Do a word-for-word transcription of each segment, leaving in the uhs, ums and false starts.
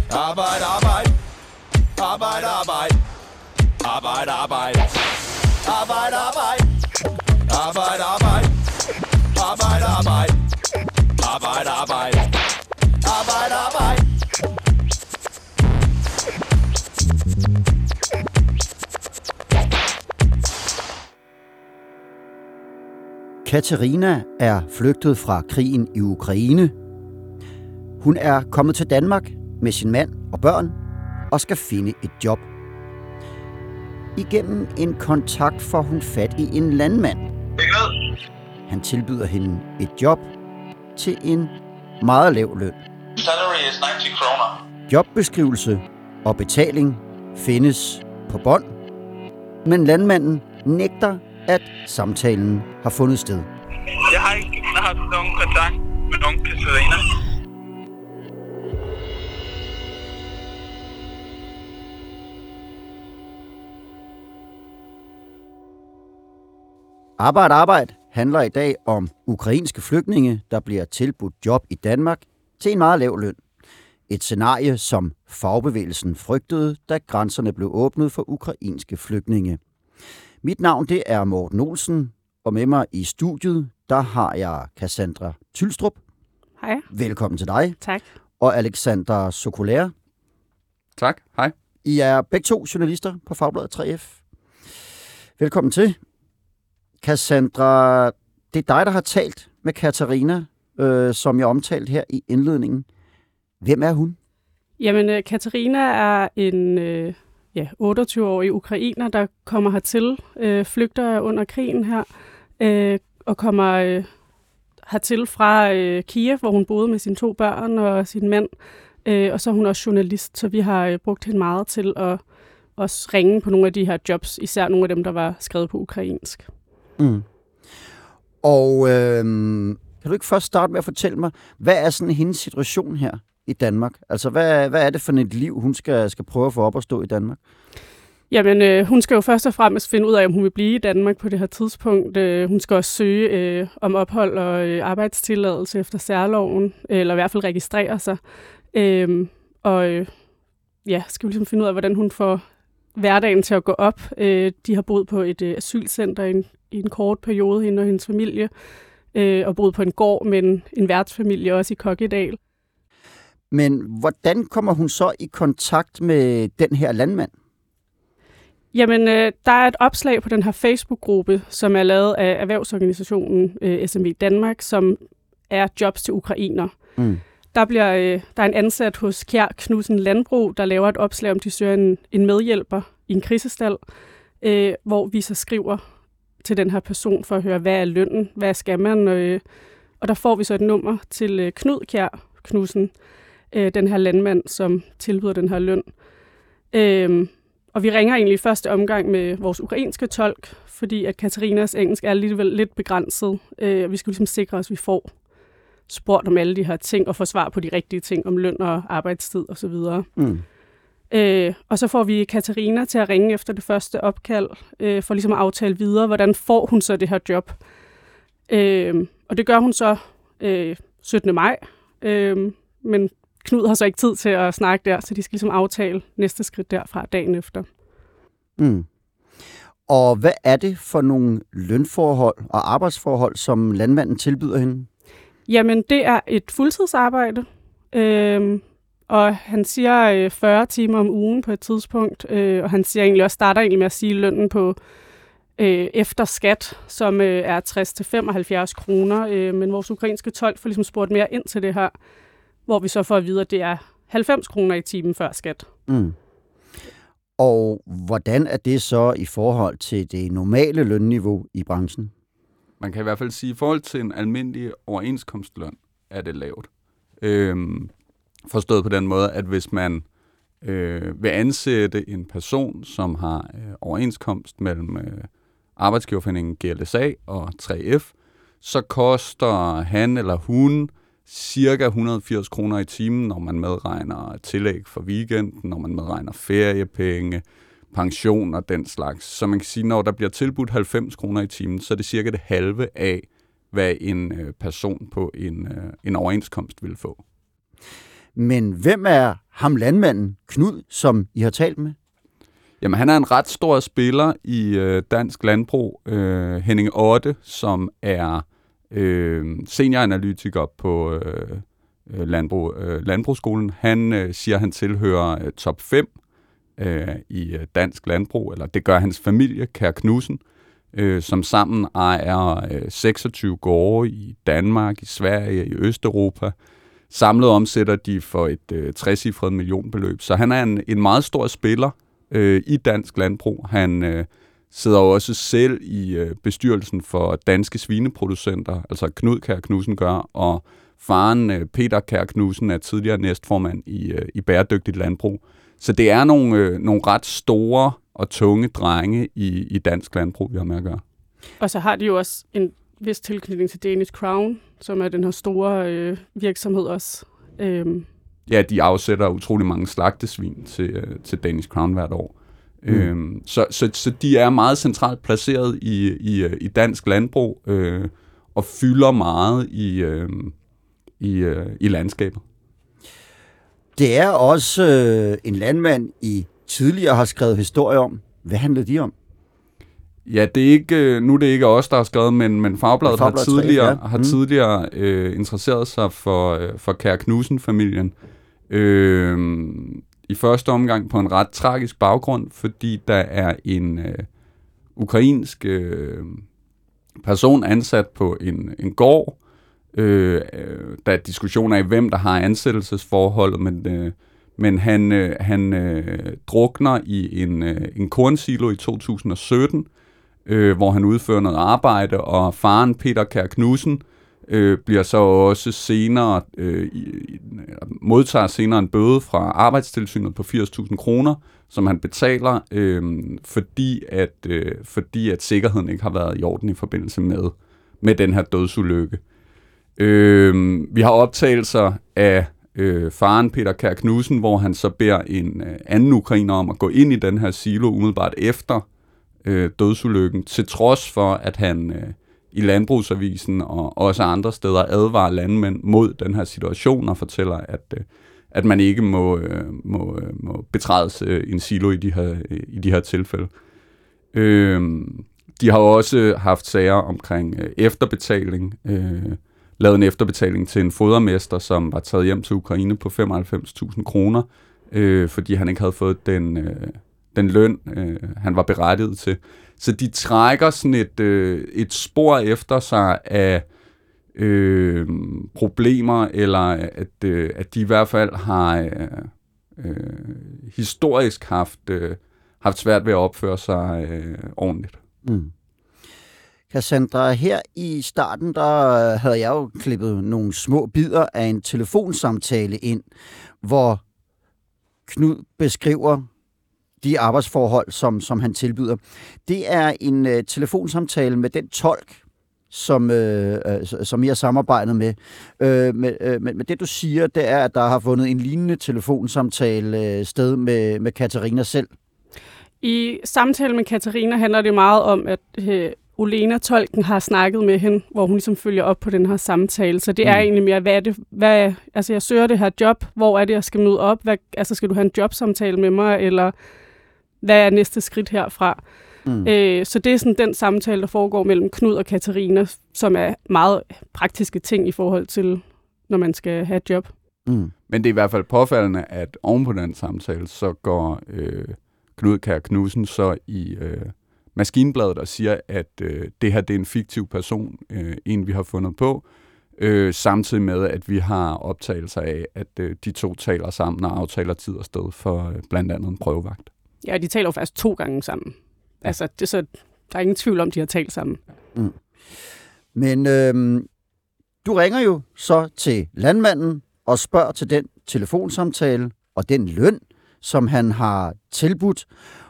Arbejde, arbejde. Arbejde, arbejde. Arbejde, arbejde. Arbejde, arbejde. Arbejde, arbejde. Arbejde, arbejde. Arbejde, arbejde. Arbejde, arbejde. Katarina er flygtet fra krigen i Ukraine. Hun er kommet til Danmark med sin mand og børn og skal finde et job. Igennem en kontakt får hun fat i en landmand. Han tilbyder hende et job til en meget lav løn. Salary is ninety kroner. Jobbeskrivelse og betaling findes på bånd, men landmanden nægter, at samtalen har fundet sted. Jeg har ikke haft nogen kontakt med nogen Katarina. Arbejde, arbejde handler i dag om ukrainske flygtninge, der bliver tilbudt job i Danmark til en meget lav løn. Et scenarie, som fagbevægelsen frygtede, da grænserne blev åbnet for ukrainske flygtninge. Mit navn det er Morten Olsen, og med mig i studiet, der har jeg Cassandra Tylstrup. Hej. Velkommen til dig. Tak. Og Alexander Sokolær. Tak. Hej. I er begge to journalister på Fagbladet tre F. Velkommen til. Cassandra, det er dig, der har talt med Katarina, øh, som jeg omtalte her i indledningen. Hvem er hun? Jamen, Katarina er en øh, ja, otteogtyve-årig ukrainer, der kommer hertil, øh, flygter under krigen her, øh, og kommer øh, hertil fra øh, Kiev, hvor hun boede med sine to børn og sin mand. Øh, og så er hun også journalist, så vi har øh, brugt hende meget til at også ringe på nogle af de her jobs, især nogle af dem, der var skrevet på ukrainsk. Mm. Og øh, kan du ikke først starte med at fortælle mig, hvad er sådan hendes situation her i Danmark? Altså, hvad, hvad er det for et liv, hun skal, skal prøve at få op at stå i Danmark? Jamen, øh, hun skal jo først og fremmest finde ud af, om hun vil blive i Danmark på det her tidspunkt. Øh, hun skal også søge øh, om ophold og øh, arbejdstilladelse efter særloven, eller i hvert fald registrere sig. Øh, og øh, ja, skal vi ligesom finde ud af, hvordan hun får hverdagen til at gå op. Øh, de har boet på et øh, asylcenter i en, i en kort periode, hende og hendes familie, øh, og boet på en gård med en, en værtsfamilie også i Kokkedal. Men hvordan kommer hun så i kontakt med den her landmand? Jamen, øh, der er et opslag på den her Facebook-gruppe, som er lavet af erhvervsorganisationen øh, S M V Danmark, som er jobs til ukrainer. Mm. Der, bliver, øh, der er en ansat hos Kjær Knudsen Landbrug, der laver et opslag om, de søger en, en medhjælper i en krisestal, øh, hvor vi så skriver til den her person for at høre, hvad er lønnen, hvad skal man? Øh, og der får vi så et nummer til øh, Knud Kjær Knudsen, øh, den her landmand, som tilbyder den her løn. Øh, og vi ringer egentlig i første omgang med vores ukrainske tolk, fordi at Katarinas engelsk er alligevel lidt begrænset. Øh, vi skal ligesom sikre os, at vi får spurgt om alle de her ting, og få svar på de rigtige ting om løn og arbejdstid osv. Mm. Øh, og så får vi Katarina til at ringe efter det første opkald, øh, for ligesom at aftale videre, hvordan får hun så det her job. Øh, og det gør hun så øh, syttende maj, øh, men Knud har så ikke tid til at snakke der, så de skal ligesom aftale næste skridt derfra dagen efter. Mm. Og hvad er det for nogle lønforhold og arbejdsforhold, som landmanden tilbyder hende? Jamen, det er et fuldtidsarbejde, øh, og han siger øh, fyrre timer om ugen på et tidspunkt, øh, og han siger egentlig også, starter egentlig med at sige lønnen på øh, efter skat, som øh, er tres til femoghalvfjerds kroner, øh, men vores ukrainske tolk får ligesom spurgt mere ind til det her, hvor vi så får at vide, at det er halvfems kroner i timen før skat. Mm. Og hvordan er det så i forhold til det normale lønniveau i branchen? Man kan i hvert fald sige, at i forhold til en almindelig overenskomstløn er det lavt. Øhm, forstået på den måde, at hvis man øh, vil ansætte en person, som har øh, overenskomst mellem øh, arbejdsgiverforeningen G L S A og tre F, så koster han eller hun cirka et hundrede og firs kroner i timen, når man medregner tillæg for weekenden, når man medregner feriepenge, pension og den slags. Så man kan sige, når der bliver tilbudt halvfems kroner i timen, så er det cirka det halve af, hvad en øh, person på en, øh, en overenskomst vil få. Men hvem er ham landmanden, Knud, som I har talt med? Jamen, han er en ret stor spiller i øh, dansk landbrug. Øh, Henning Otte, som er øh, senioranalytiker på øh, landbrug, øh, Landbrugsskolen, han øh, siger, han tilhører øh, top fem øh, i øh, dansk landbrug, eller det gør hans familie, Kjær Knudsen, øh, som sammen ejer øh, seksogtyve gårde i Danmark, i Sverige, i Østeuropa. Samlet omsætter de for et øh, trecifret millionbeløb. Så han er en, en meget stor spiller øh, i dansk landbrug. Han øh, sidder også selv i øh, bestyrelsen for danske svineproducenter, altså Knud Kjær Knudsen gør, og faren øh, Peter Kjær Knudsen er tidligere næstformand i, øh, i bæredygtigt landbrug. Så det er nogle, øh, nogle ret store og tunge drenge i, i dansk landbrug, vi har med at gøre. Og så har de jo også en vis tilknytning til Danish Crown, som er den her store øh, virksomhed også. Øhm. Ja, de afsætter utrolig mange slagtesvin til, øh, til Danish Crown hvert år. Mm. Øhm, så, så, så de er meget centralt placeret i, i, i dansk landbrug øh, og fylder meget i, øh, i, øh, i landskabet. Det er også øh, en landmand, I tidligere har skrevet historie om. Hvad handlede de om? Ja, det er ikke, nu er det ikke os, der har skrevet, men, men Fagbladet, Fagbladet har tidligere, tre, ja. har mm. tidligere øh, interesseret sig for, øh, for Kjær Knudsen-familien. Øh, I første omgang på en ret tragisk baggrund, fordi der er en øh, ukrainsk øh, person ansat på en, en gård. Øh, der er diskussioner af, hvem der har ansættelsesforholdet, men, øh, men han, øh, han øh, drukner i en, øh, en kornsilo i to tusind og sytten, øh, hvor han udfører noget arbejde, og faren Peter Kjær Knudsen øh, bliver så også senere, øh, modtager senere en bøde fra Arbejdstilsynet på firs tusind kroner, som han betaler, øh, fordi, at, øh, fordi at sikkerheden ikke har været i orden i forbindelse med, med den her dødsulykke. Øh, vi har optagelser af øh, faren Peter Kjær Knudsen, hvor han så beder en øh, anden ukrainer om at gå ind i den her silo umiddelbart efter øh, dødsulykken, til trods for, at han øh, i Landbrugsavisen og også andre steder advarer landmænd mod den her situation og fortæller, at, øh, at man ikke må, øh, må, øh, må betrædes øh, en silo i de her, øh, i de her tilfælde. Øh, de har også haft sager omkring øh, efterbetaling, øh, lavet en efterbetaling til en fodermester, som var taget hjem til Ukraine på femoghalvfems tusind kroner, øh, fordi han ikke havde fået den, øh, den løn, øh, han var berettiget til. Så de trækker sådan et, øh, et spor efter sig af øh, problemer, eller at, øh, at de i hvert fald har øh, øh, historisk haft, øh, haft svært ved at opføre sig øh, ordentligt. Mm. Cassandra, her i starten, der havde jeg jo klippet nogle små bidder af en telefonsamtale ind, hvor Knud beskriver de arbejdsforhold, som, som han tilbyder. Det er en uh, telefonsamtale med den tolk, som, øh, som I har samarbejdet med. Øh, med, øh, med. Men det, du siger, det er, at der har fundet en lignende telefonsamtale øh, sted med, med Katarina selv. I samtale med Katarina handler det meget om, at øh, Olena, tolken, har snakket med hende, hvor hun ligesom følger op på den her samtale. Så det mm. er egentlig mere, hvad er det, hvad, altså jeg søger det her job, hvor er det, jeg skal møde op? Hvad, altså skal du have en jobsamtale med mig, eller hvad er næste skridt herfra? Mm. Øh, så det er sådan den samtale, der foregår mellem Knud og Katarina, som er meget praktiske ting i forhold til, når man skal have et job. Mm. Men det er i hvert fald påfaldende, at oven på den samtale, så går øh, Knud Kjær Knudsen så i øh, Maskinbladet og siger, at øh, det her det er en fiktiv person, øh, en vi har fundet på, øh, samtidig med, at vi har optagelser af, at øh, de to taler sammen og aftaler tid og sted for øh, blandt andet en prøvevagt. Ja, de taler jo faktisk to gange sammen. Ja. Altså, det, så der er ingen tvivl om, de har talt sammen. Mm. Men øh, du ringer jo så til landmanden og spørger til den telefonsamtale og den løn, som han har tilbudt.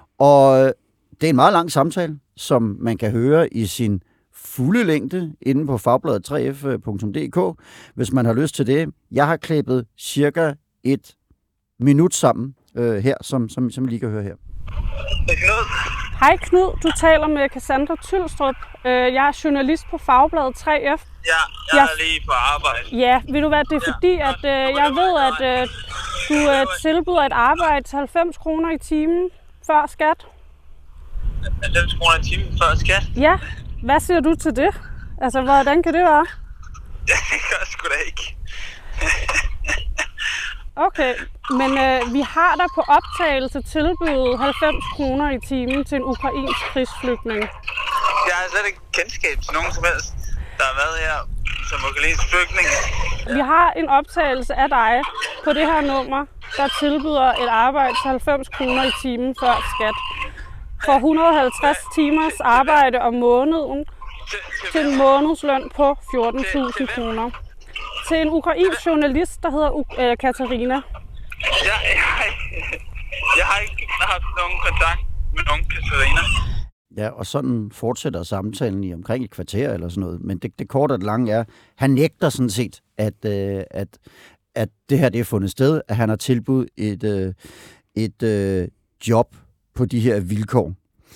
Og det er en meget lang samtale, som man kan høre i sin fulde længde inde på fagbladet tre f punktum d k, hvis man har lyst til det. Jeg har klippet cirka et minut sammen øh, her, som, som, som I lige kan høre her. Hej Knud, du taler med Cassandra Tylstrup. Jeg er journalist på Fagbladet tre F. Ja, jeg er lige på arbejde. Ja, ved du hvad, det er fordi, at øh, jeg ved, at øh, du øh, tilbyder et arbejde til halvfems kroner i timen før skat. halvfems kroner i timen før skat? Ja, hvad siger du til det? Altså, hvordan kan det være? Det gør sgu da ikke. Okay, men øh, vi har der på optagelse tilbydet halvfems kroner i timen til en ukrainsk krigsflygtning. Jeg har slet ikke kendskab til nogen som helst, der har været her som ukrainsk flygtning. Vi har en optagelse af dig på det her nummer, der tilbyder et arbejde til halvfems kroner i timen før skat. For et hundrede og halvtreds timers arbejde om måneden til en månedsløn på fjorten tusind kroner. Til en ukrainsk journalist, der hedder uh, Katarina. Ja, jeg, har, jeg har ikke haft nogen kontakt med nogen Katarina. Ja, og sådan fortsætter samtalen i omkring et kvarter eller sådan noget. Men det, det korte og det lange er, han nægter sådan set, at, øh, at, at det her det er fundet sted, at han har tilbudt et, øh, et øh, job på de her vilkår.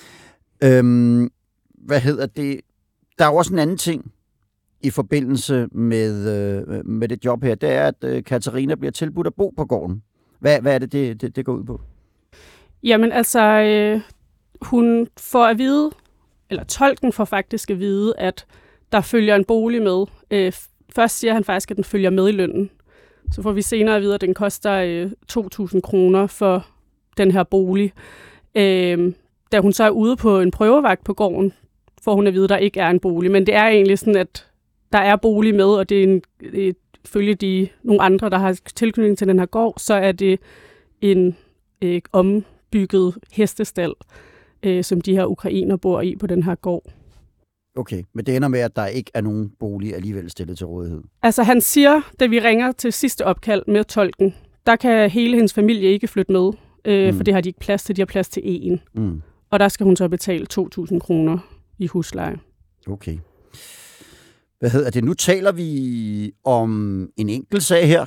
Øhm, hvad hedder det? Der er også en anden ting i forbindelse med, øh, med det job her. Det er, at øh, Katarina bliver tilbudt at bo på gården. Hvad, hvad er det, det, det, det går ud på? Jamen altså, øh, hun får at vide, eller tolken får faktisk at vide, at der følger en bolig med. Øh, først siger han faktisk, at den følger med i lønnen. Så får vi senere at vide, at den koster øh, to tusind kroner for den her bolig. Øh, da hun så er ude på en prøvevagt på gården, får hun at vide, at der ikke er en bolig. Men det er egentlig sådan, at der er bolig med, og det er en, et, følge de nogle andre, der har tilknytning til den her gård, så er det en øh, ombygget hestestald, øh, som de her ukrainer bor i på den her gård. Okay, men det ender med, at der ikke er nogen bolig alligevel stillet til rådighed. Altså han siger, da vi ringer til sidste opkald med tolken, der kan hele hendes familie ikke flytte med, øh, mm. for det har de ikke plads til, de har plads til en. Mm. Og der skal hun så betale to tusind kroner i husleje. Okay. Hvad hedder det? Nu taler vi om en enkelt sag her.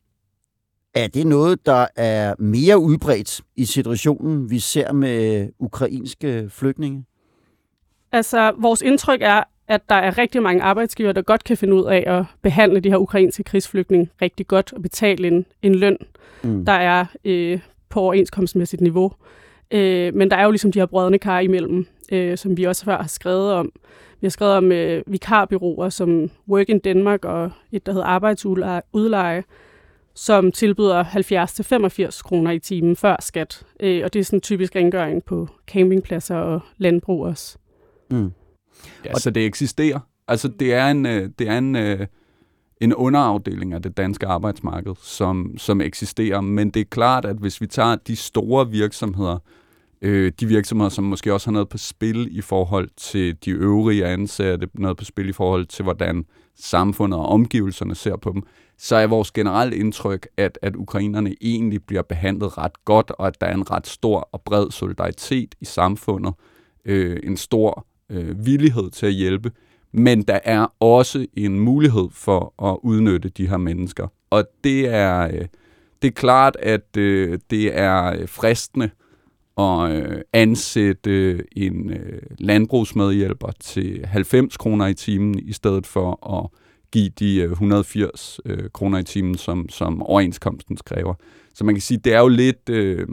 Er det noget, der er mere udbredt i situationen, vi ser med ukrainske flygtninge? Altså, vores indtryk er, at der er rigtig mange arbejdsgivere, der godt kan finde ud af at behandle de her ukrainske krigsflygtninge rigtig godt og betale en, en løn, mm. der er øh, på overenskomstmæssigt niveau. Øh, men der er jo ligesom de her brodne kar imellem, øh, som vi også før har skrevet om. Vi har skrevet om øh, vikarbyråer som Work in Denmark og et, der hedder Arbejdsudleje, som tilbyder halvfjerds til femogfirs kroner i timen før skat. Øh, og det er sådan typisk rengøring på campingpladser og landbrug også. Mm. Ja, så det eksisterer. Altså det er en, det er en, en underafdeling af det danske arbejdsmarked, som, som eksisterer. Men det er klart, at hvis vi tager de store virksomheder, øh, de virksomheder, som måske også har noget på spil i forhold til de øvrige ansatte, noget på spil i forhold til, hvordan samfundet og omgivelserne ser på dem, så er vores generelle indtryk, at, at ukrainerne egentlig bliver behandlet ret godt, og at der er en ret stor og bred solidaritet i samfundet. Øh, en stor øh, villighed til at hjælpe. Men der er også en mulighed for at udnytte de her mennesker. Og det er, øh, det er klart, at øh, det er fristende at øh, ansætte en øh, landbrugsmedhjælper til halvfems kroner i timen, i stedet for at give de et hundrede og firs øh, kroner i timen, som, som overenskomsten kræver. Så man kan sige, det er jo lidt, øh,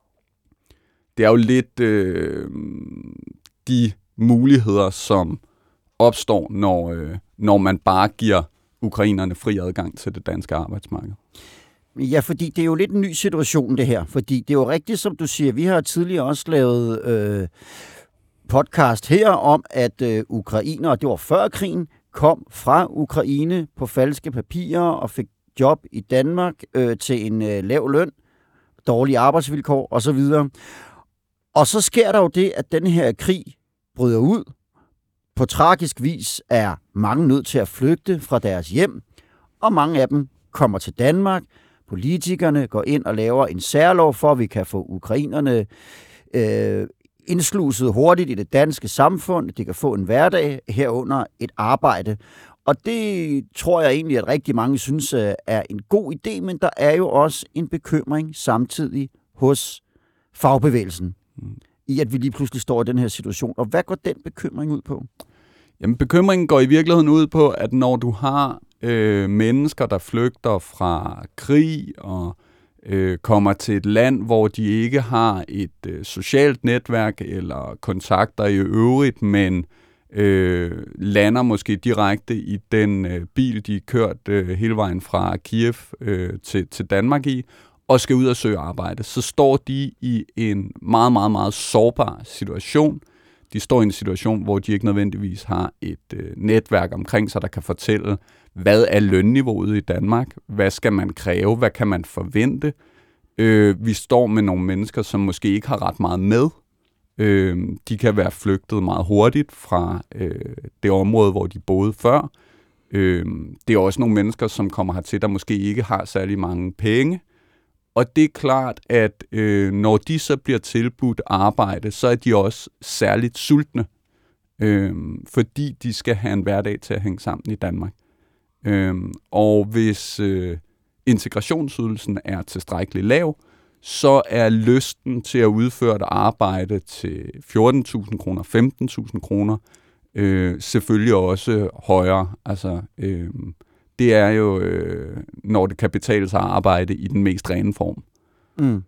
det er jo lidt øh, de muligheder, som opstår, når, øh, når man bare giver ukrainerne fri adgang til det danske arbejdsmarked. Ja, fordi det er jo lidt en ny situation, det her. Fordi det er jo rigtigt, som du siger, vi har tidligere også lavet øh, podcast her om, at øh, ukrainer, og det var før krigen, kom fra Ukraine på falske papirer og fik job i Danmark øh, til en øh, lav løn, dårlige arbejdsvilkår osv. Og så sker der jo det, at den her krig bryder ud. På tragisk vis er mange nødt til at flygte fra deres hjem, og mange af dem kommer til Danmark. Politikerne går ind og laver en særlov for, at vi kan få ukrainerne øh, indsluset hurtigt i det danske samfund. De kan få en hverdag herunder et arbejde. Og det tror jeg egentlig, at rigtig mange synes er en god idé, men der er jo også en bekymring samtidig hos fagbevægelsen. i, at vi lige pludselig står i den her situation. Og hvad går den bekymring ud på? Jamen, bekymringen går i virkeligheden ud på, at når du har øh, mennesker, der flygter fra krig og øh, kommer til et land, hvor de ikke har et øh, socialt netværk eller kontakter i øvrigt, men øh, lander måske direkte i den øh, bil, de er kørt øh, hele vejen fra Kiev øh, til, til Danmark i, og skal ud og søge arbejde, så står de i en meget, meget, meget sårbar situation. De står i en situation, hvor de ikke nødvendigvis har et øh, netværk omkring sig, der kan fortælle, hvad er lønniveauet i Danmark? Hvad skal man kræve? Hvad kan man forvente? Øh, vi står med nogle mennesker, som måske ikke har ret meget med. Øh, de kan være flygtet meget hurtigt fra øh, det område, hvor de boede før. Øh, det er også nogle mennesker, som kommer hertil, der måske ikke har særlig mange penge. Og det er klart, at øh, når de så bliver tilbudt arbejde, så er de også særligt sultne, øh, fordi de skal have en hverdag til at hænge sammen i Danmark. Øh, og hvis øh, integrationsydelsen er tilstrækkeligt lav, så er lysten til at udføre et arbejde til fjorten tusind kroner, femten tusind kroner øh, selvfølgelig også højere. Altså, øh, det er jo, øh, når det kan betale sig at arbejde i den mest rene form. Mm.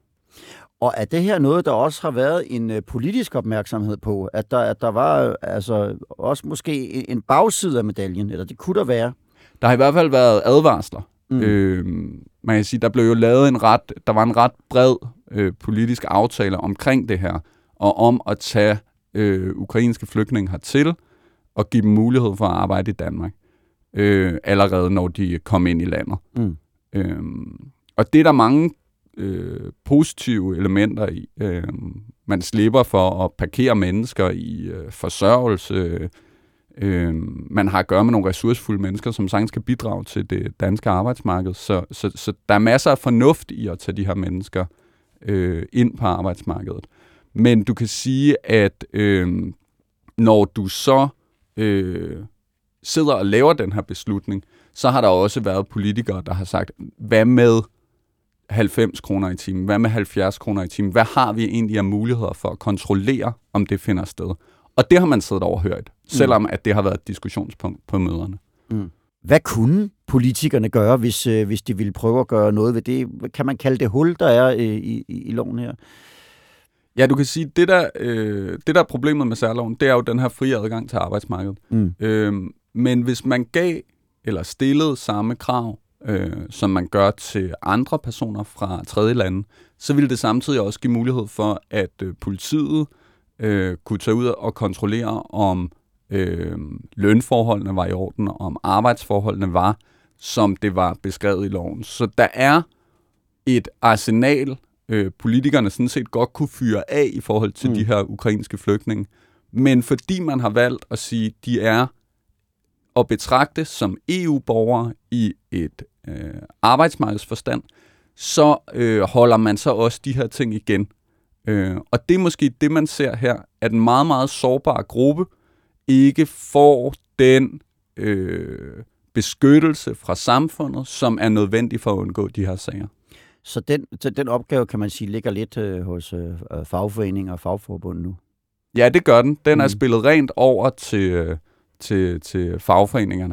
Og er det her noget, der også har været en øh, politisk opmærksomhed på? At der, at der var altså også måske en, en bagside af medaljen, eller det kunne der være? Der har i hvert fald været advarsler. Mm. Øh, man kan sige, der blev jo lavet en ret, der var en ret bred øh, politisk aftale omkring det her, og om at tage øh, ukrainske flygtninge hertil og give dem mulighed for at arbejde i Danmark. Øh, allerede når de kom ind i landet. Mm. Øh, og det er der mange øh, positive elementer i. Øh, man slipper for at parkere mennesker i øh, forsørgelse. Øh, man har at gøre med nogle ressourcefulde mennesker, som sagtens skal bidrage til det danske arbejdsmarked. Så, så, så der er masser af fornuft i at tage de her mennesker øh, ind på arbejdsmarkedet. Men du kan sige, at øh, når du så øh, sidder og laver den her beslutning, så har der også været politikere, der har sagt, hvad med halvfems kroner i timen? Hvad med halvfjerds kroner i timen? Hvad har vi egentlig af muligheder for at kontrollere, om det finder sted? Og det har man siddet overhørt, selvom at det har været et diskussionspunkt på møderne. Mm. Hvad kunne politikerne gøre, hvis, øh, hvis de ville prøve at gøre noget ved det? Kan man kalde det hul, der er øh, i, i loven her? Ja, du kan sige, at det der, øh, det der er problemet med særloven, det er jo den her frie adgang til arbejdsmarkedet. Mm. Øh, men hvis man gav eller stillede samme krav, øh, som man gør til andre personer fra tredje lande, så ville det samtidig også give mulighed for, at øh, politiet øh, kunne tage ud og kontrollere, om øh, lønforholdene var i orden, og om arbejdsforholdene var, som det var beskrevet i loven. Så der er et arsenal, øh, politikerne sådan set godt kunne fyre af i forhold til mm. de her ukrainske flygtninge. Men fordi man har valgt at sige, at de er at betragte som E U-borgere i et øh, arbejdsmarkedsforstand, så øh, holder man så også de her ting igen. Øh, og det er måske det, man ser her, at en meget, meget sårbar gruppe ikke får den øh, beskyttelse fra samfundet, som er nødvendig for at undgå de her sager. Så den, så den opgave, kan man sige, ligger lidt øh, hos øh, fagforeninger og fagforbund nu? Ja, det gør den. Den mm. er spillet rent over til... Øh, Til, til fagforeningerne.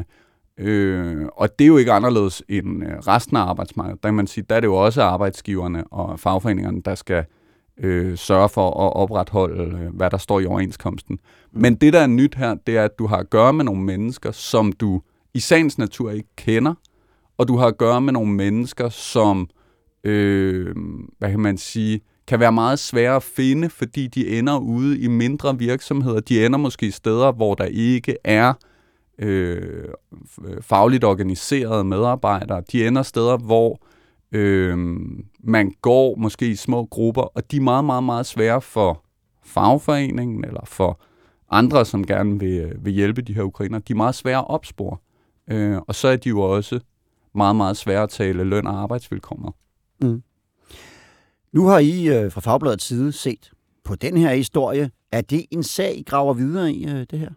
Øh, og det er jo ikke anderledes end resten af arbejdsmarkedet. Der kan man sige, der er det jo også arbejdsgiverne og fagforeningerne, der skal øh, sørge for at opretholde, øh, hvad der står i overenskomsten. Mm. Men det, der er nyt her, det er, at du har at gøre med nogle mennesker, som du i sagens natur ikke kender, og du har at gøre med nogle mennesker, som, øh, hvad kan man sige, kan være meget svære at finde, fordi de ender ude i mindre virksomheder. De ender måske steder, hvor der ikke er øh, fagligt organiserede medarbejdere. De ender steder, hvor øh, man går måske i små grupper, og de er meget, meget, meget svære for fagforeningen eller for andre, som gerne vil, vil hjælpe de her ukrainer. De er meget svære at opspore. Øh, og så er de jo også meget, meget svære at tale løn- og arbejdsvilkår med. Mm. Nu har I øh, fra Fagbladets side set på den her historie. Er det en sag, I graver videre i, øh, det her?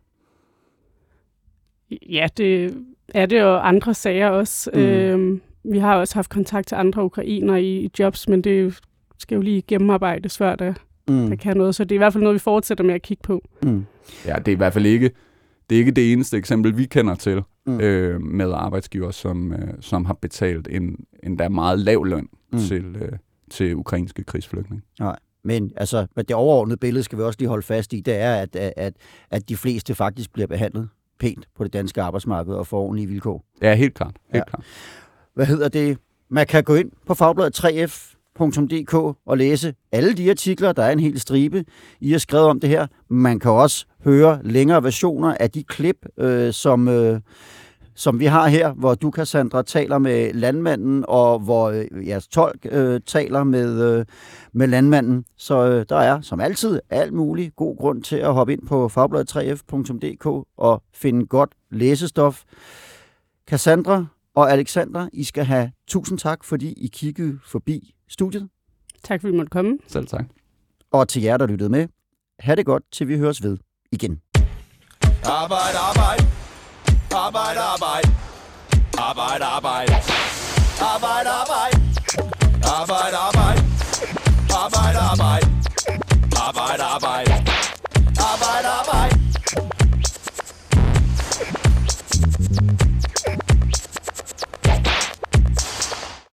Ja, det er det jo andre sager også. Mm. Øhm, vi har også haft kontakt til andre ukrainer i, i jobs, men det skal jo lige gennemarbejdes før, der mm. der kan noget. Så det er i hvert fald noget, vi fortsætter med at kigge på. Mm. Ja, det er i hvert fald ikke det, er ikke det eneste eksempel, vi kender til mm. øh, med arbejdsgiver, som, øh, som har betalt en, en der meget lav løn mm. til, øh, til ukrainske krigsflygtninge. Nej. Men altså, det overordnede billede skal vi også lige holde fast i, det er, at, at, at de fleste faktisk bliver behandlet pænt på det danske arbejdsmarked og får ordentlige vilkår. Ja, helt klart. Helt ja. klart. Hvad hedder det? Man kan gå ind på fagbladet tre f punktum d k og læse alle de artikler, der er en hel stribe, I har skrevet om det her. Man kan også høre længere versioner af de klip, øh, som... Øh, som vi har her, hvor du, Cassandra, taler med landmanden, og hvor øh, jeres tolk øh, taler med, øh, med landmanden. Så øh, der er, som altid, alt muligt god grund til at hoppe ind på fagbladet tre f punktum d k og finde godt læsestof. Cassandra og Alexander, I skal have tusind tak, fordi I kiggede forbi studiet. Tak, fordi I måtte komme. Selv tak. Og til jer, der lyttede med, ha' det godt, til vi høres ved igen. Arbejde, arbejde. Arbejde, arbejde. Arbejde, arbejde. Arbejde, arbejde. Arbejde, arbejde. Arbejde, arbejde. Arbejde, arbejde.